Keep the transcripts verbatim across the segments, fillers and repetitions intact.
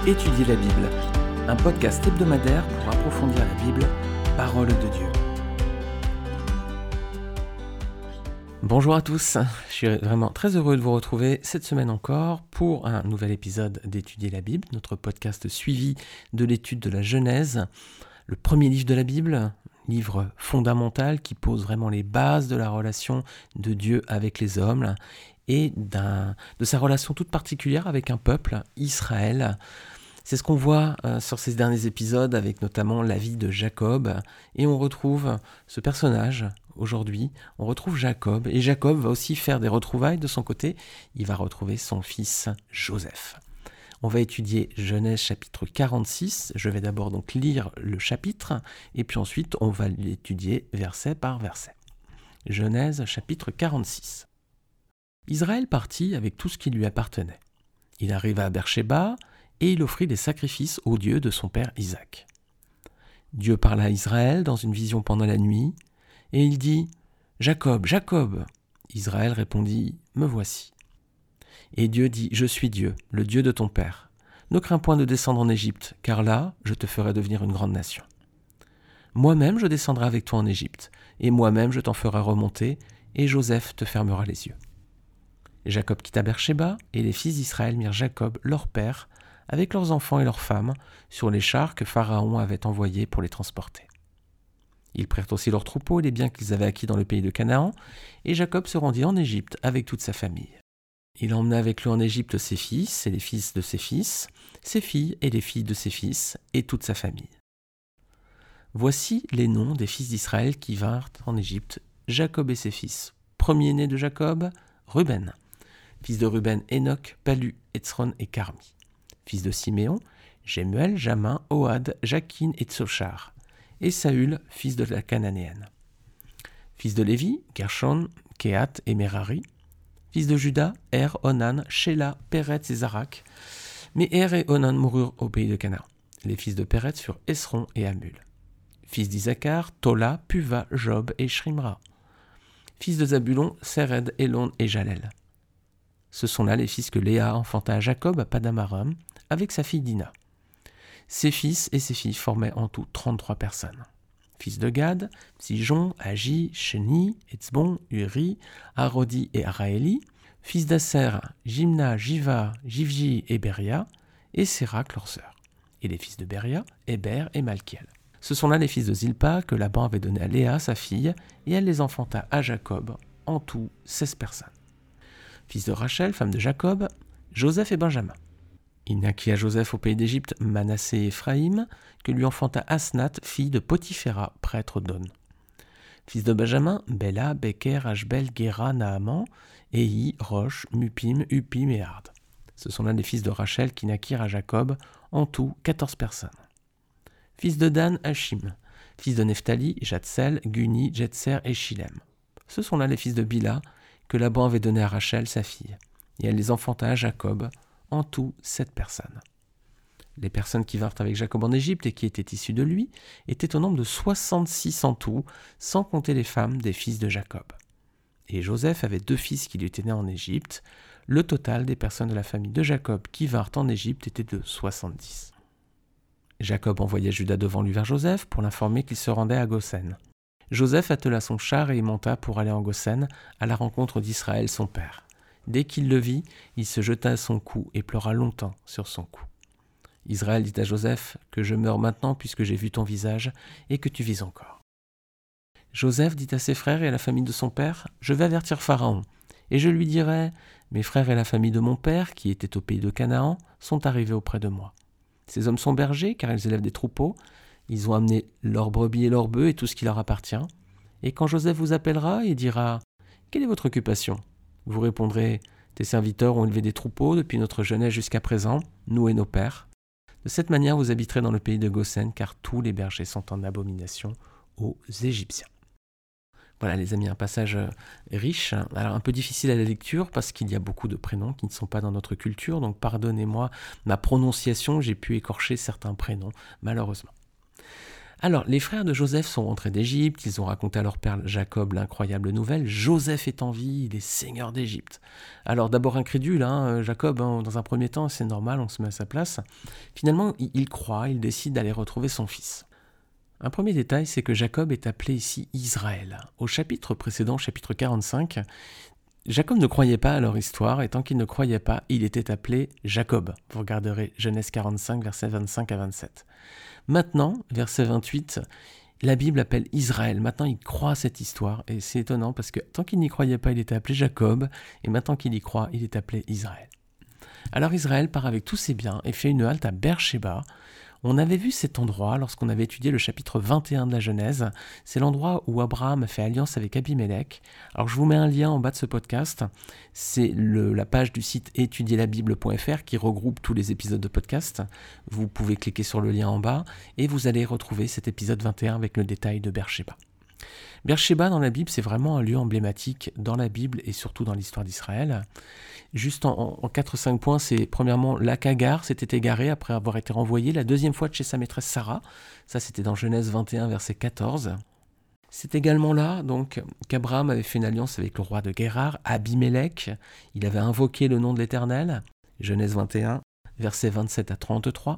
Étudier la Bible, un podcast hebdomadaire pour approfondir la Bible, parole de Dieu. Bonjour à tous, je suis vraiment très heureux de vous retrouver cette semaine encore pour un nouvel épisode d'Étudier la Bible, notre podcast suivi de l'étude de la Genèse, le premier livre de la Bible, livre fondamental qui pose vraiment les bases de la relation de Dieu avec les hommes et d'un, de sa relation toute particulière avec un peuple, Israël. C'est ce qu'on voit euh, sur ces derniers épisodes avec notamment la vie de Jacob et on retrouve ce personnage aujourd'hui, on retrouve Jacob et Jacob va aussi faire des retrouvailles de son côté, il va retrouver son fils Joseph. On va étudier Genèse chapitre quarante-six, je vais d'abord donc lire le chapitre et puis ensuite on va l'étudier verset par verset. Genèse chapitre quarante-six. Israël partit avec tout ce qui lui appartenait. Il arriva à Beersheba et il offrit des sacrifices au Dieu de son père Isaac. Dieu parla à Israël dans une vision pendant la nuit, et il dit « Jacob, Jacob !» Israël répondit « Me voici !» Et Dieu dit « Je suis Dieu, le Dieu de ton père. Ne crains point de descendre en Égypte, car là, je te ferai devenir une grande nation. Moi-même, je descendrai avec toi en Égypte, et moi-même, je t'en ferai remonter, et Joseph te fermera les yeux. » Jacob quitta Beersheba, et les fils d'Israël mirent Jacob, leur père, avec leurs enfants et leurs femmes, sur les chars que Pharaon avait envoyés pour les transporter. Ils prirent aussi leurs troupeaux et les biens qu'ils avaient acquis dans le pays de Canaan, et Jacob se rendit en Égypte avec toute sa famille. Il emmena avec lui en Égypte ses fils et les fils de ses fils, ses filles et les filles de ses fils, et toute sa famille. Voici les noms des fils d'Israël qui vinrent en Égypte, Jacob et ses fils. Premier-né de Jacob, Ruben. Fils de Ruben, Enoch, Palu, Hetzron et Carmi. Fils de Siméon, Jemuel, Jamin, Ohad, Jakin et Tsochar. Et Saül, fils de la Cananéenne. Fils de Lévi, Gershon, Kehat et Merari. Fils de Juda, Er, Onan, Shéla, Péretz et Zarak. Mais Er et Onan moururent au pays de Canaan. Les fils de Péretz furent Esron et Hamul. Fils d'Isaacar, Tola, Puva, Job et Shrimra. Fils de Zabulon, Séred, Elon et Jalel. Ce sont là les fils que Léa enfanta à Jacob à Padam-Aram avec sa fille Dina. Ses fils et ses filles formaient en tout trente-trois personnes. Fils de Gad, Sijon, Agi, Sheni, Etzbon, Uri, Arodi et Araéli. Fils d'Asser, Jimna, Jiva, Jivji et Beria, et Sérac leur sœur. Et les fils de Beria, Héber et Malkiel. Ce sont là les fils de Zilpa que Laban avait donnés à Léa, sa fille, et elle les enfanta à Jacob, en tout seize personnes. Fils de Rachel, femme de Jacob, Joseph et Benjamin. Il naquit à Joseph au pays d'Égypte Manassé et Éphraïm, que lui enfanta Asnath, fille de Potiphéra, prêtre d'On. Fils de Benjamin, Béla, Beker, Ashbel, Géra, Naaman, Éhi, Roche, Mupim, Upim et Ard. Ce sont là les fils de Rachel qui naquirent à Jacob, en tout quatorze personnes. Fils de Dan, Hachim. Fils de Nephtali, Jatsel, Guni, Jetser et Shilem. Ce sont là les fils de Bila, que Laban avait donné à Rachel, sa fille, et elle les enfanta à Jacob, en tout sept personnes. Les personnes qui vinrent avec Jacob en Égypte et qui étaient issues de lui étaient au nombre de soixante-six en tout, sans compter les femmes des fils de Jacob. Et Joseph avait deux fils qui lui étaient nés en Égypte. Le total des personnes de la famille de Jacob qui vinrent en Égypte était de soixante-dix. Jacob envoya Juda devant lui vers Joseph pour l'informer qu'il se rendait à Goshen. Joseph attela son char et y monta pour aller en Goshen à la rencontre d'Israël son père. Dès qu'il le vit, il se jeta à son cou et pleura longtemps sur son cou. Israël dit à Joseph que je meurs maintenant puisque j'ai vu ton visage et que tu vis encore. Joseph dit à ses frères et à la famille de son père, je vais avertir Pharaon et je lui dirai, mes frères et la famille de mon père qui étaient au pays de Canaan sont arrivés auprès de moi. Ces hommes sont bergers car ils élèvent des troupeaux. Ils ont amené leurs brebis et leurs bœufs et tout ce qui leur appartient. Et quand Joseph vous appellera et dira « Quelle est votre occupation ?» Vous répondrez « Tes serviteurs ont élevé des troupeaux depuis notre jeunesse jusqu'à présent, nous et nos pères. De cette manière, vous habiterez dans le pays de Goshen, car tous les bergers sont en abomination aux Égyptiens. » Voilà les amis, un passage riche, alors un peu difficile à la lecture parce qu'il y a beaucoup de prénoms qui ne sont pas dans notre culture, donc pardonnez-moi ma prononciation, j'ai pu écorcher certains prénoms, malheureusement. Alors, les frères de Joseph sont rentrés d'Égypte, ils ont raconté à leur père Jacob l'incroyable nouvelle, Joseph est en vie, il est seigneur d'Égypte. Alors d'abord incrédule, hein, Jacob, hein, dans un premier temps, c'est normal, on se met à sa place. Finalement, il croit, il décide d'aller retrouver son fils. Un premier détail, c'est que Jacob est appelé ici Israël. Au chapitre précédent, chapitre quarante-cinq, Jacob ne croyait pas à leur histoire, et tant qu'il ne croyait pas, il était appelé Jacob. Vous regarderez Genèse quarante-cinq, versets vingt-cinq à vingt-sept. Maintenant, verset vingt-huit, la Bible appelle Israël. Maintenant, il croit à cette histoire, et c'est étonnant parce que tant qu'il n'y croyait pas, il était appelé Jacob, et maintenant qu'il y croit, il est appelé Israël. Alors Israël part avec tous ses biens et fait une halte à Beersheba. On avait vu cet endroit lorsqu'on avait étudié le chapitre vingt et un de la Genèse. C'est l'endroit où Abraham a fait alliance avec Abimelech. Alors je vous mets un lien en bas de ce podcast. C'est le, la page du site étudier la bible point f r qui regroupe tous les épisodes de podcast. Vous pouvez cliquer sur le lien en bas et vous allez retrouver cet épisode vingt et un avec le détail de Beersheba. Beersheba dans la Bible, c'est vraiment un lieu emblématique dans la Bible et surtout dans l'histoire d'Israël. Juste en, en quatre cinq points, c'est premièrement là qu'Agar s'était égarée après avoir été renvoyée la deuxième fois de chez sa maîtresse Sarah. Ça, c'était dans Genèse vingt et un, verset quatorze. C'est également là donc qu'Abraham avait fait une alliance avec le roi de Guérar, Abimelech. Il avait invoqué le nom de l'Éternel. Genèse vingt et un, versets vingt-sept à trente-trois.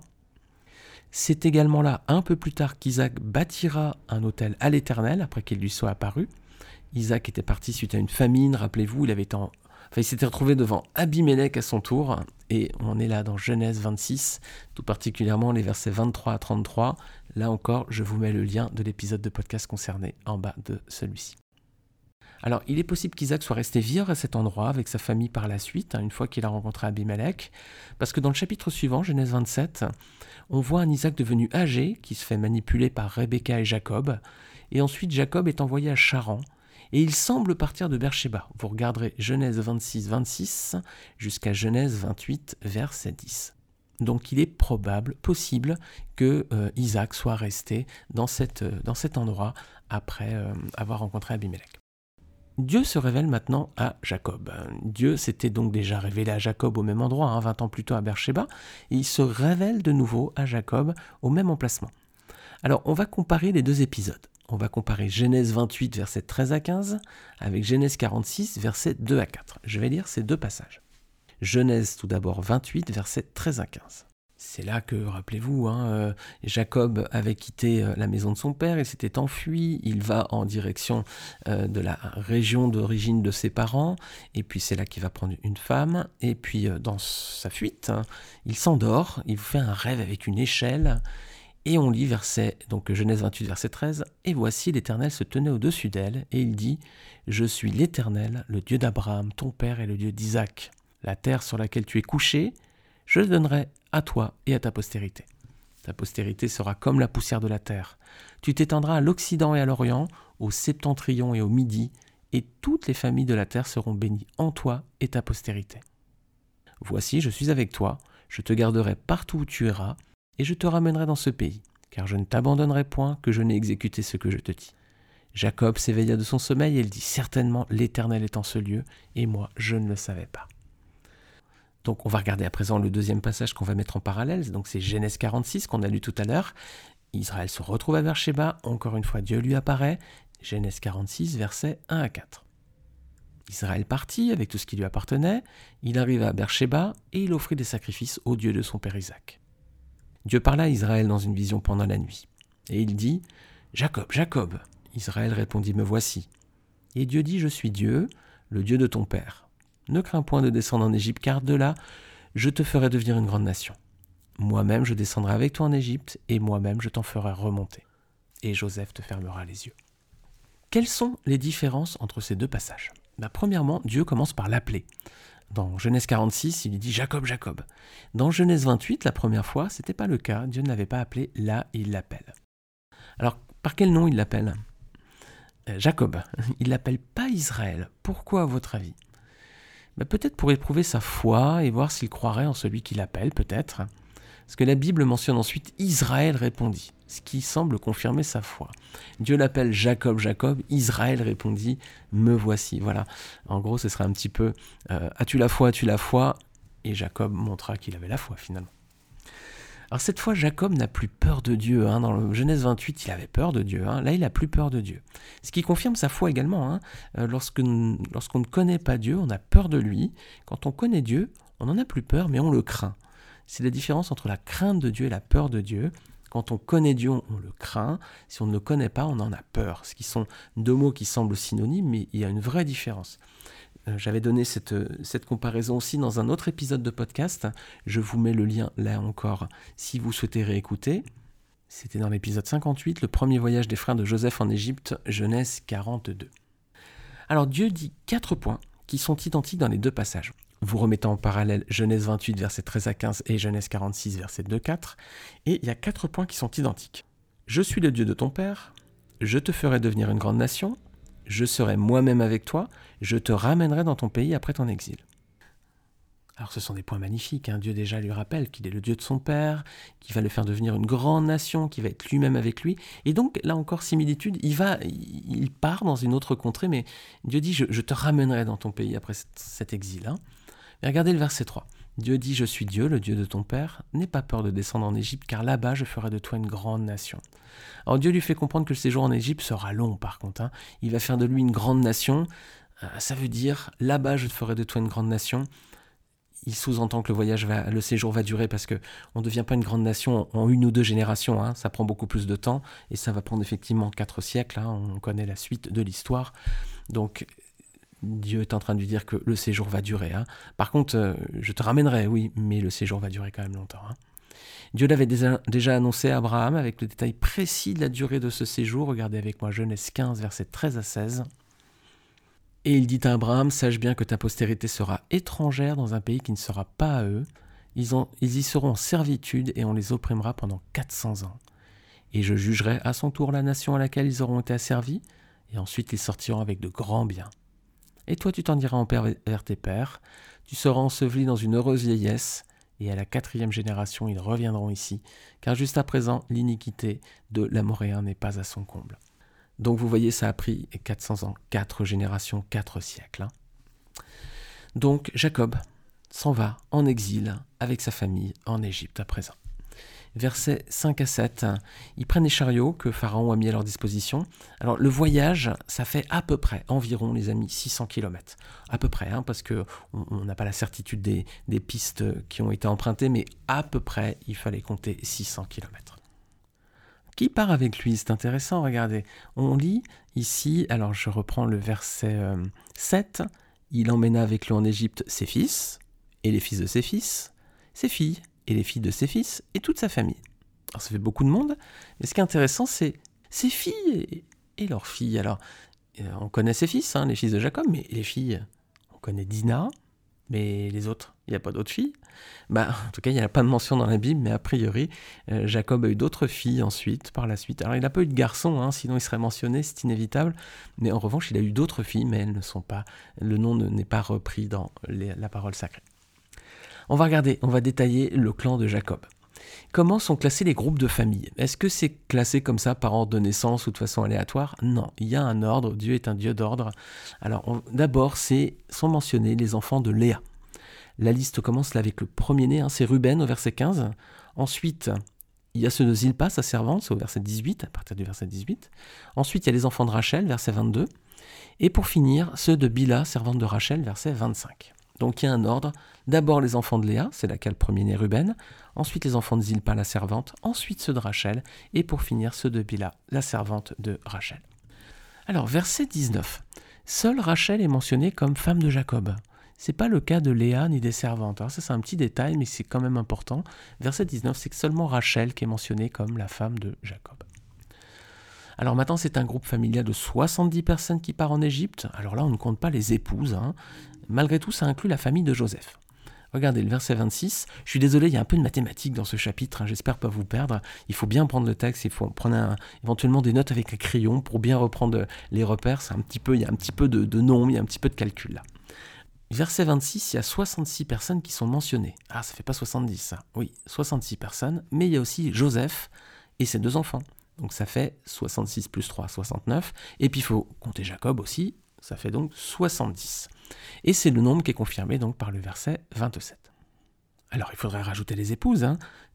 C'est également là, un peu plus tard, qu'Isaac bâtira un autel à l'Éternel après qu'il lui soit apparu. Isaac était parti suite à une famine, rappelez-vous, il avait été en... enfin, il s'était retrouvé devant Abimelech à son tour, et on est là dans Genèse vingt-six, tout particulièrement les versets vingt-trois à trente-trois. Là encore, je vous mets le lien de l'épisode de podcast concerné en bas de celui-ci. Alors, il est possible qu'Isaac soit resté vivre à cet endroit avec sa famille par la suite, hein, une fois qu'il a rencontré Abimelech, parce que dans le chapitre suivant, Genèse vingt-sept, on voit un Isaac devenu âgé, qui se fait manipuler par Rebecca et Jacob, et ensuite Jacob est envoyé à Charan, et il semble partir de Beersheba. Vous regarderez Genèse vingt-six, vingt-six jusqu'à Genèse vingt-huit, verset dix. Donc il est probable, possible, que euh, Isaac soit resté dans, cette, euh, dans cet endroit après euh, avoir rencontré Abimelech. Dieu se révèle maintenant à Jacob. Dieu s'était donc déjà révélé à Jacob au même endroit, hein, vingt ans plus tôt à Beersheba, et il se révèle de nouveau à Jacob au même emplacement. Alors, on va comparer les deux épisodes. On va comparer Genèse vingt-huit, versets treize à quinze, avec Genèse quarante-six, versets deux à quatre. Je vais lire ces deux passages. Genèse tout d'abord vingt-huit, versets treize à quinze. C'est là que, rappelez-vous, hein, euh, Jacob avait quitté euh, la maison de son père, il s'était enfui, il va en direction euh, de la région d'origine de ses parents, et puis c'est là qu'il va prendre une femme, et puis euh, dans sa fuite, hein, il s'endort, il fait un rêve avec une échelle, et on lit verset, donc Genèse vingt-huit, verset treize, « Et voici l'Éternel se tenait au-dessus d'elle, et il dit, Je suis l'Éternel, le Dieu d'Abraham, ton père, et le Dieu d'Isaac. La terre sur laquelle tu es couché, je le donnerai à toi et à ta postérité. Ta postérité sera comme la poussière de la terre. Tu t'étendras à l'Occident et à l'Orient, au Septentrion et au Midi, et toutes les familles de la terre seront bénies en toi et ta postérité. Voici, je suis avec toi, je te garderai partout où tu iras, et je te ramènerai dans ce pays, car je ne t'abandonnerai point que je n'ai exécuté ce que je te dis. Jacob s'éveilla de son sommeil et il dit, certainement l'Éternel est en ce lieu, et moi je ne le savais pas. Donc on va regarder à présent le deuxième passage qu'on va mettre en parallèle, donc c'est Genèse quarante-six qu'on a lu tout à l'heure. Israël se retrouve à Beersheba, encore une fois Dieu lui apparaît, Genèse quarante-six, versets un à quatre. Israël partit avec tout ce qui lui appartenait, il arriva à Beersheba et il offrit des sacrifices au Dieu de son père Isaac. Dieu parla à Israël dans une vision pendant la nuit, et il dit « Jacob, Jacob !» Israël répondit « Me voici !» Et Dieu dit « Je suis Dieu, le Dieu de ton père. Ne crains point de descendre en Égypte, car de là, je te ferai devenir une grande nation. Moi-même, je descendrai avec toi en Égypte, et moi-même, je t'en ferai remonter. Et Joseph te fermera les yeux. » Quelles sont les différences entre ces deux passages ? Ben, premièrement, Dieu commence par l'appeler. Dans Genèse quarante-six, il lui dit « Jacob, Jacob ». Dans Genèse vingt-huit, la première fois, ce n'était pas le cas. Dieu ne l'avait pas appelé, là, il l'appelle. Alors, par quel nom il l'appelle ? euh, Jacob. Il ne l'appelle pas Israël. Pourquoi, à votre avis ? Ben, peut-être pour éprouver sa foi et voir s'il croirait en celui qui l'appelle, peut-être. Parce que la Bible mentionne ensuite « Israël répondit », ce qui semble confirmer sa foi. Dieu l'appelle Jacob, Jacob, Israël répondit « Me voici ». Voilà, en gros ce serait un petit peu euh, « As-tu la foi, as-tu la foi ?» Et Jacob montra qu'il avait la foi finalement. Alors cette fois, Jacob n'a plus peur de Dieu. Hein. Dans le Genèse vingt-huit, il avait peur de Dieu. Hein. Là, il n'a plus peur de Dieu. Ce qui confirme sa foi également. Hein. Euh, lorsque, lorsqu'on ne connaît pas Dieu, on a peur de lui. Quand on connaît Dieu, on n'en a plus peur, mais on le craint. C'est la différence entre la crainte de Dieu et la peur de Dieu. Quand on connaît Dieu, on le craint. Si on ne le connaît pas, on en a peur. Ce qui sont deux mots qui semblent synonymes, mais il y a une vraie différence. Euh, j'avais donné cette, cette comparaison aussi dans un autre épisode de podcast. Je vous mets le lien là encore si vous souhaitez réécouter. C'était dans l'épisode cinquante-huit, le premier voyage des frères de Joseph en Égypte, Genèse quarante-deux. Alors Dieu dit quatre points qui sont identiques dans les deux passages. Vous remettez en parallèle Genèse vingt-huit, versets treize à quinze et Genèse quarante-six, versets deux à quatre. Et il y a quatre points qui sont identiques. Je suis le Dieu de ton père, je te ferai devenir une grande nation, je serai moi-même avec toi, je te ramènerai dans ton pays après ton exil. Alors ce sont des points magnifiques, hein. Dieu déjà lui rappelle qu'il est le Dieu de son père, qu'il va le faire devenir une grande nation, qu'il va être lui-même avec lui. Et donc là encore similitude, il va, il part dans une autre contrée, mais Dieu dit je, je te ramènerai dans ton pays après cet, cet exil. Hein. Mais regardez le verset trois. Dieu dit, je suis Dieu, le Dieu de ton père. N'aie pas peur de descendre en Égypte, car là-bas, je ferai de toi une grande nation. Alors Dieu lui fait comprendre que le séjour en Égypte sera long, par contre. Hein. Il va faire de lui une grande nation. Euh, ça veut dire, là-bas, je ferai de toi une grande nation. Il sous-entend que le voyage va, le séjour va durer parce que on ne devient pas une grande nation en une ou deux générations. Hein. Ça prend beaucoup plus de temps et ça va prendre effectivement quatre siècles. Hein. On connaît la suite de l'histoire. Donc, Dieu est en train de lui dire que le séjour va durer. Hein. Par contre, euh, je te ramènerai, oui, mais le séjour va durer quand même longtemps. Hein. Dieu l'avait déjà, déjà annoncé à Abraham avec le détail précis de la durée de ce séjour. Regardez avec moi Genèse quinze, versets treize à seize. Et il dit à Abraham, sache bien que ta postérité sera étrangère dans un pays qui ne sera pas à eux. Ils, ont, ils y seront en servitude et on les opprimera pendant quatre cents ans. Et je jugerai à son tour la nation à laquelle ils auront été asservis, et ensuite ils sortiront avec de grands biens. Et toi, tu t'en iras en paix vers tes pères, tu seras enseveli dans une heureuse vieillesse, et à la quatrième génération, ils reviendront ici, car juste à présent, l'iniquité de l'Amoréen n'est pas à son comble. Donc vous voyez, ça a pris quatre cents ans, quatre générations, quatre siècles. Hein. Donc Jacob s'en va en exil avec sa famille en Égypte à présent. Versets cinq à sept, ils prennent les chariots que Pharaon a mis à leur disposition. Alors le voyage, ça fait à peu près, environ les amis, six cents kilomètres. À peu près, hein, parce qu'on n'a pas la certitude des, des pistes qui ont été empruntées, mais à peu près, il fallait compter six cents kilomètres. Qui part avec lui? C'est intéressant, regardez. On lit ici, alors je reprends le verset euh, sept, il emmena avec lui en Égypte ses fils, et les fils de ses fils, ses filles, et les filles de ses fils, et toute sa famille. Alors ça fait beaucoup de monde, mais ce qui est intéressant, c'est ses filles et, et leurs filles. Alors, euh, on connaît ses fils, hein, les fils de Jacob, mais les filles, on connaît Dina, mais les autres, il n'y a pas d'autres filles. Bah, en tout cas, il n'y a pas de mention dans la Bible, mais a priori, euh, Jacob a eu d'autres filles ensuite, par la suite. Alors, il n'a pas eu de garçon, hein, sinon il serait mentionné, c'est inévitable. Mais en revanche, il a eu d'autres filles, mais elles ne sont pas, le nom ne, n'est pas repris dans les, la parole sacrée. On va regarder, on va détailler le clan de Jacob. Comment sont classés les groupes de famille? Est-ce que c'est classé comme ça par ordre de naissance ou de façon aléatoire? Non, il y a un ordre, Dieu est un Dieu d'ordre. Alors on, d'abord, c'est, sont mentionnés les enfants de Léa. La liste commence là avec le premier-né, hein, c'est Ruben au verset quinze. Ensuite, il y a ceux de Zilpa, sa servante, c'est au verset dix-huit, à partir du verset dix-huit. Ensuite, il y a les enfants de Rachel, verset vingt-deux. Et pour finir, ceux de Bila, servante de Rachel, verset vingt-cinq. Donc il y a un ordre, d'abord les enfants de Léa, c'est là qu'a le premier-né Ruben, ensuite les enfants de Zilpa, la servante, ensuite ceux de Rachel, et pour finir ceux de Bila, la servante de Rachel. Alors verset dix-neuf, seule Rachel est mentionnée comme femme de Jacob. C'est pas le cas de Léa ni des servantes. Alors ça c'est un petit détail, mais c'est quand même important. Verset dix-neuf, c'est que seulement Rachel qui est mentionnée comme la femme de Jacob. Alors maintenant, c'est un groupe familial de soixante-dix personnes qui part en Égypte. Alors là, on ne compte pas les épouses. Hein. Malgré tout, ça inclut la famille de Joseph. Regardez le verset vingt-six. Je suis désolé, il y a un peu de mathématiques dans ce chapitre. Hein. J'espère pas vous perdre. Il faut bien prendre le texte. Il faut prendre un, éventuellement des notes avec un crayon pour bien reprendre les repères. C'est un petit peu, il y a un petit peu de, de nombres, il y a un petit peu de calcul là. Verset vingt-six, il y a soixante-six personnes qui sont mentionnées. Ah, ça fait pas soixante-dix, ça. Oui, soixante-six personnes. Mais il y a aussi Joseph et ses deux enfants. Donc ça fait soixante-six plus trois, soixante-neuf. Et puis il faut compter Jacob aussi, ça fait donc soixante-dix. Et c'est le nombre qui est confirmé donc par le verset vingt-sept. Alors il faudrait rajouter les épouses. Hein.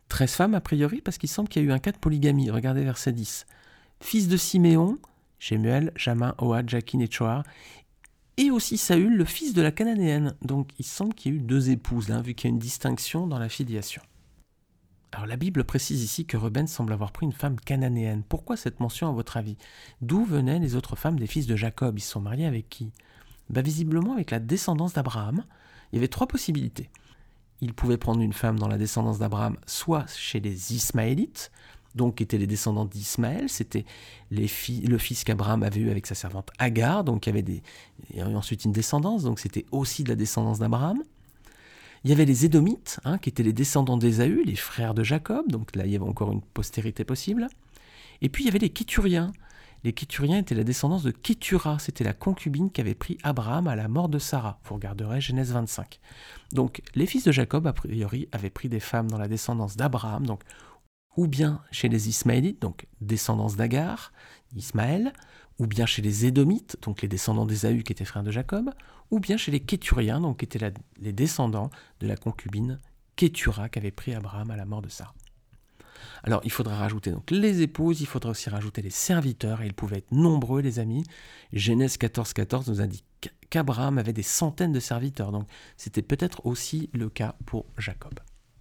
treize femmes a priori, parce qu'il semble qu'il y a eu un cas de polygamie. Regardez verset dix. Fils de Siméon, Shemuel, Jamin, Ohad, Jakin et Tchoar, et aussi Saül, le fils de la Cananéenne. Donc il semble qu'il y ait eu deux épouses, là, vu qu'il y a une distinction dans la filiation. Alors la Bible précise ici que Ruben semble avoir pris une femme cananéenne. Pourquoi cette mention à votre avis? D'où venaient les autres femmes des fils de Jacob? Ils se sont mariés avec qui? Ben, visiblement avec la descendance d'Abraham. Il y avait trois possibilités. Il pouvait prendre une femme dans la descendance d'Abraham, soit chez les Ismaélites, donc qui étaient les descendants d'Ismaël, c'était les filles, le fils qu'Abraham avait eu avec sa servante Agar, donc il y avait des, et ensuite une descendance, donc c'était aussi de la descendance d'Abraham. Il y avait les Édomites, hein, qui étaient les descendants d'Ésaü, les frères de Jacob, donc là il y avait encore une postérité possible. Et puis il y avait les Kéturiens. Les Kéturiens étaient la descendance de Kétura, c'était la concubine qu'avait pris Abraham à la mort de Sarah. Vous regarderez Genèse vingt-cinq. Donc les fils de Jacob, a priori, avaient pris des femmes dans la descendance d'Abraham, donc ou bien chez les Ismaélites, donc descendance d'Agar, Ismaël, ou bien chez les Édomites, donc les descendants d'Ésaü qui étaient frères de Jacob, ou bien chez les Kéturiens, donc qui étaient la, les descendants de la concubine Kétura qu'avait pris Abraham à la mort de Sarah. Alors il faudra rajouter donc les épouses, il faudra aussi rajouter les serviteurs, et ils pouvaient être nombreux les amis. Genèse quatorze quatorze nous indique qu'Abraham avait des centaines de serviteurs, donc c'était peut-être aussi le cas pour Jacob.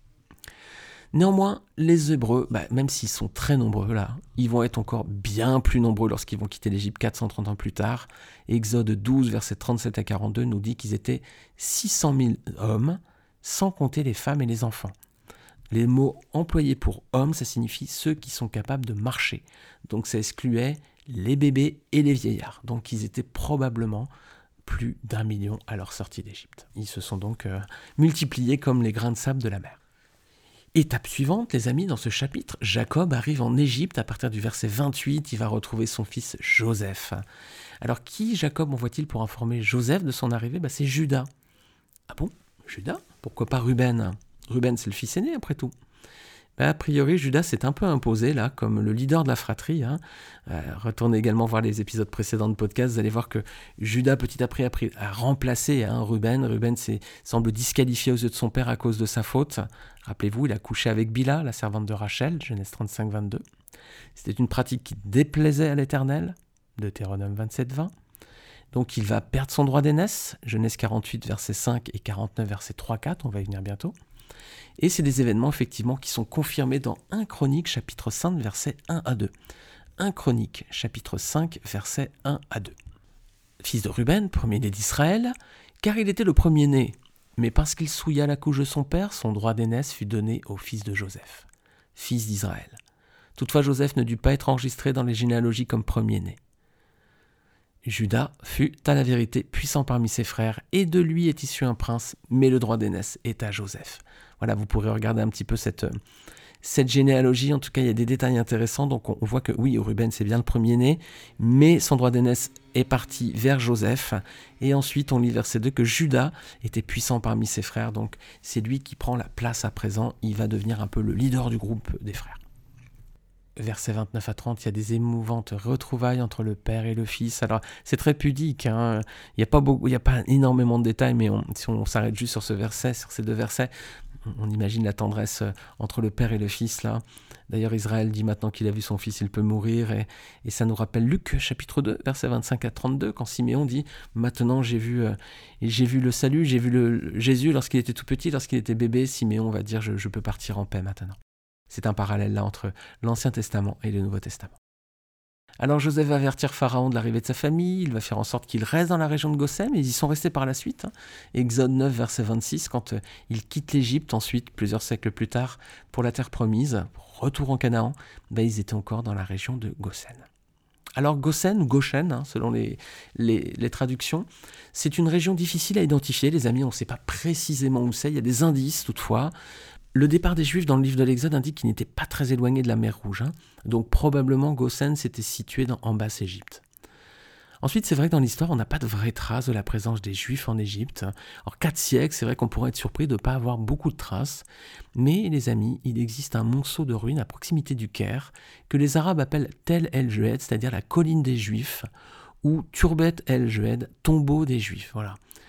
Néanmoins, les Hébreux, bah, même s'ils sont très nombreux là, ils vont être encore bien plus nombreux lorsqu'ils vont quitter l'Égypte quatre cent trente ans plus tard. Exode douze, versets trente-sept à quarante-deux nous dit qu'ils étaient six cent mille hommes, sans compter les femmes et les enfants. Les mots employés pour hommes, ça signifie ceux qui sont capables de marcher. Donc ça excluait les bébés et les vieillards. Donc ils étaient probablement plus d'un million à leur sortie d'Égypte. Ils se sont donc euh, multipliés comme les grains de sable de la mer. Étape suivante, les amis, dans ce chapitre, Jacob arrive en Égypte à partir du verset vingt-huit, il va retrouver son fils Joseph. Alors qui Jacob envoie-t-il pour informer Joseph de son arrivée? bah, C'est Juda. Ah bon, Juda? Pourquoi pas Ruben? Ruben, c'est le fils aîné après tout. Bah, a priori, Judas s'est un peu imposé là comme le leader de la fratrie. Hein. Euh, retournez également voir les épisodes précédents de podcast, vous allez voir que Judas petit à petit a, a remplacé hein, Ruben. Ruben s'est, semble disqualifié aux yeux de son père à cause de sa faute. Rappelez-vous, il a couché avec Bila, la servante de Rachel, Genèse trente-cinq vingt-deux. C'était une pratique qui déplaisait à l'Éternel, Deutéronome vingt-sept vingt. Donc il va perdre son droit d'aînesse, Genèse quarante-huit verset cinq et quarante-neuf verset trois quatre, on va y venir bientôt. Et c'est des événements effectivement qui sont confirmés dans un Chronique chapitre cinq versets un à deux. un Chronique chapitre cinq versets un à deux. Fils de Ruben, premier-né d'Israël, car il était le premier-né, mais parce qu'il souilla la couche de son père, son droit d'aînesse fut donné au fils de Joseph, fils d'Israël. Toutefois Joseph ne dut pas être enregistré dans les généalogies comme premier-né. Judas fut à la vérité puissant parmi ses frères, et de lui est issu un prince, mais le droit d'aînesse est à Joseph. Voilà, vous pourrez regarder un petit peu cette, cette généalogie. En tout cas, il y a des détails intéressants. Donc, on, on voit que oui, Ruben, c'est bien le premier-né, mais son droit d'aînesse est parti vers Joseph. Et ensuite, on lit verset deux que Judas était puissant parmi ses frères. Donc, c'est lui qui prend la place à présent. Il va devenir un peu le leader du groupe des frères. Versets vingt-neuf à trente, il y a des émouvantes retrouvailles entre le père et le fils. Alors, c'est très pudique, hein. Il n'y a pas beaucoup, il n'y a pas énormément de détails, mais on, si on s'arrête juste sur ce verset, sur ces deux versets, on imagine la tendresse entre le père et le fils, là. D'ailleurs, Israël dit maintenant qu'il a vu son fils, il peut mourir. Et, et ça nous rappelle Luc, chapitre deux, versets vingt-cinq à trente-deux, quand Siméon dit « Maintenant, j'ai vu, euh, j'ai vu le salut, j'ai vu le, Jésus lorsqu'il était tout petit, lorsqu'il était bébé. » Siméon va dire « Je, je peux partir en paix maintenant. » C'est un parallèle là entre l'Ancien Testament et le Nouveau Testament. Alors Joseph va avertir Pharaon de l'arrivée de sa famille, il va faire en sorte qu'il reste dans la région de Goshen, et ils y sont restés par la suite. Hein. Exode neuf, verset vingt-six, quand euh, il quitte l'Égypte, ensuite, plusieurs siècles plus tard, pour la terre promise, retour en Canaan, ben, ils étaient encore dans la région de Goshen. Alors Goshen, ou Goshen, hein, selon les, les, les traductions, c'est une région difficile à identifier, les amis, on ne sait pas précisément où c'est, il y a des indices toutefois. Le départ des Juifs dans le livre de l'Exode indique qu'ils n'étaient pas très éloignés de la mer Rouge. Hein. Donc probablement Goshen s'était situé dans, en Basse-Égypte. Ensuite, c'est vrai que dans l'histoire, on n'a pas de vraie trace de la présence des Juifs en Égypte. Alors quatre siècles, c'est vrai qu'on pourrait être surpris de ne pas avoir beaucoup de traces. Mais les amis, il existe un monceau de ruines à proximité du Caire que les Arabes appellent Tel el-Jeued, c'est-à-dire la colline des Juifs, ou Turbet el-Jeued, tombeau des Juifs. Voilà.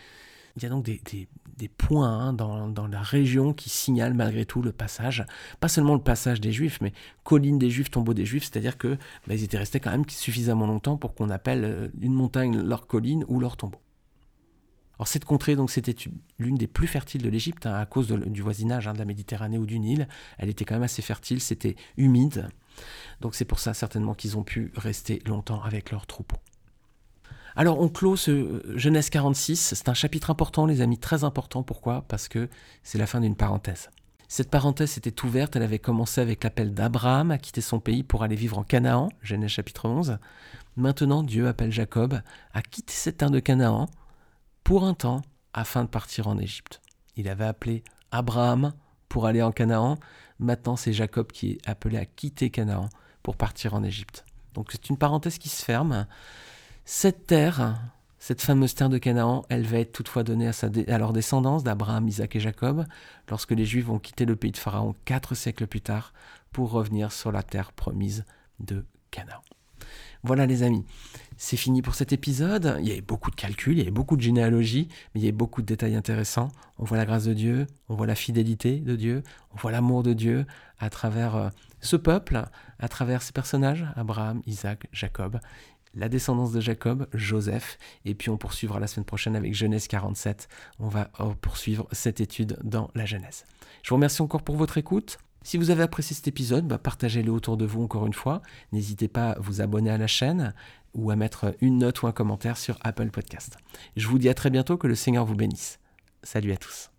Il y a donc des, des, des points hein, dans, dans la région qui signalent malgré tout le passage, pas seulement le passage des Juifs, mais colline des Juifs, tombeau des Juifs, c'est-à-dire qu'ils bah, étaient restés quand même suffisamment longtemps pour qu'on appelle une montagne leur colline ou leur tombeau. Alors cette contrée, donc, c'était l'une des plus fertiles de l'Égypte, hein, à cause de, du voisinage hein, de la Méditerranée ou du Nil. Elle était quand même assez fertile, c'était humide. Donc c'est pour ça certainement qu'ils ont pu rester longtemps avec leurs troupeaux. Alors on clôt ce Genèse quarante-six, c'est un chapitre important les amis, très important. Pourquoi ? Parce que c'est la fin d'une parenthèse. Cette parenthèse était ouverte, elle avait commencé avec l'appel d'Abraham à quitter son pays pour aller vivre en Canaan, Genèse chapitre onze. Maintenant Dieu appelle Jacob à quitter cette terre de Canaan pour un temps afin de partir en Égypte. Il avait appelé Abraham pour aller en Canaan, maintenant c'est Jacob qui est appelé à quitter Canaan pour partir en Égypte. Donc c'est une parenthèse qui se ferme. Cette terre, cette fameuse terre de Canaan, elle va être toutefois donnée à, sa dé- à leur descendance d'Abraham, Isaac et Jacob, lorsque les Juifs vont quitter le pays de Pharaon quatre siècles plus tard pour revenir sur la terre promise de Canaan. Voilà les amis, c'est fini pour cet épisode. Il y avait beaucoup de calculs, il y avait beaucoup de généalogie, mais il y avait beaucoup de détails intéressants. On voit la grâce de Dieu, on voit la fidélité de Dieu, on voit l'amour de Dieu à travers ce peuple, à travers ces personnages, Abraham, Isaac, Jacob, la descendance de Jacob, Joseph, et puis on poursuivra la semaine prochaine avec Genèse quarante-sept. On va poursuivre cette étude dans la Genèse. Je vous remercie encore pour votre écoute. Si vous avez apprécié cet épisode, bah partagez-le autour de vous encore une fois. N'hésitez pas à vous abonner à la chaîne ou à mettre une note ou un commentaire sur Apple Podcast. Je vous dis à très bientôt, que le Seigneur vous bénisse. Salut à tous.